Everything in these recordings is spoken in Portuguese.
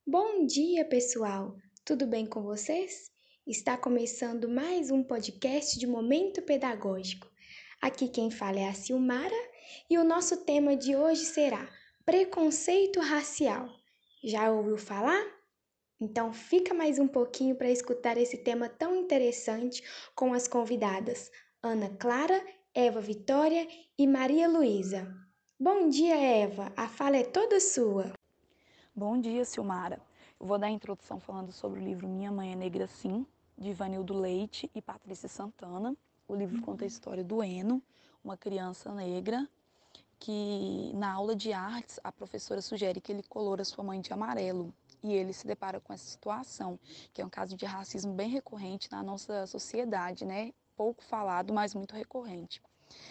Bom dia, pessoal! Tudo bem com vocês? Está começando mais um podcast de Momento Pedagógico. Aqui quem fala é a Silmara e o nosso tema de hoje será preconceito racial. Já ouviu falar? Então fica mais um pouquinho para escutar esse tema tão interessante com as convidadas Ana Clara, Eva Vitória e Maria Luísa. Bom dia, Eva! A fala é toda sua. Bom dia, Silmara. Eu vou dar a introdução falando sobre o livro Minha Mãe é Negra Sim, de Ivanildo Leite e Patrícia Santana. O livro conta a história do Eno, uma criança negra que, na aula de artes, a professora sugere que ele colora sua mãe de amarelo. E ele se depara com essa situação, que é um caso de racismo bem recorrente na nossa sociedade, né? Pouco falado, mas muito recorrente.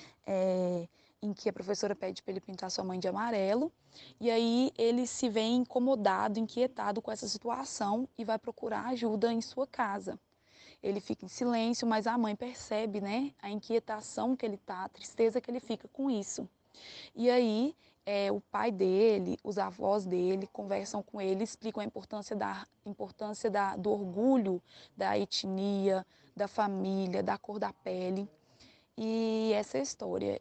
Em que a professora pede para ele pintar sua mãe de amarelo, e aí ele se vê incomodado, inquietado com essa situação e vai procurar ajuda em sua casa. Ele fica em silêncio, mas a mãe percebe, né, a inquietação que ele está, a tristeza que ele fica com isso. E aí o pai dele, os avós dele conversam com ele, explicam a importância do orgulho, da etnia, da família, da cor da pele. E essa é a história.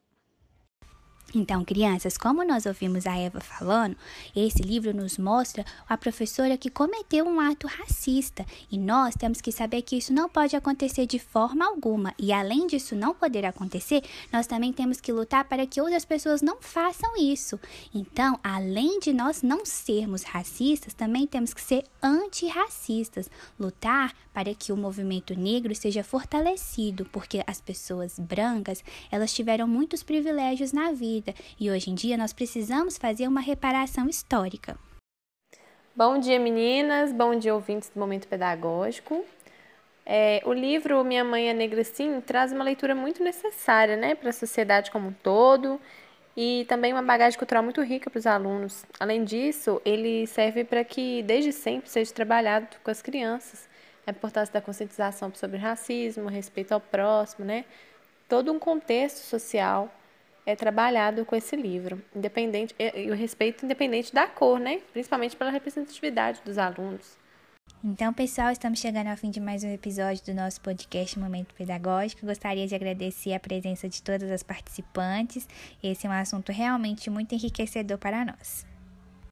Então, crianças, como nós ouvimos a Eva falando, esse livro nos mostra a professora que cometeu um ato racista e nós temos que saber que isso não pode acontecer de forma alguma e além disso não poder acontecer, nós também temos que lutar para que outras pessoas não façam isso. Então, além de nós não sermos racistas, também temos que ser antirracistas, lutar para que o movimento negro seja fortalecido, porque as pessoas brancas, elas tiveram muitos privilégios na vida. E hoje em dia nós precisamos fazer uma reparação histórica. Bom dia, meninas. Bom dia, ouvintes do Momento Pedagógico. O livro Minha Mãe é Negra Sim traz uma leitura muito necessária, né, para a sociedade como um todo e também uma bagagem cultural muito rica para os alunos. Além disso, ele serve para que desde sempre seja trabalhado com as crianças a importância da conscientização sobre racismo, respeito ao próximo, né, todo um contexto social é trabalhado com esse livro, e o respeito independente da cor, né? Principalmente pela representatividade dos alunos. Então, pessoal, estamos chegando ao fim de mais um episódio do nosso podcast Momento Pedagógico. Gostaria de agradecer a presença de todas as participantes. Esse é um assunto realmente muito enriquecedor para nós.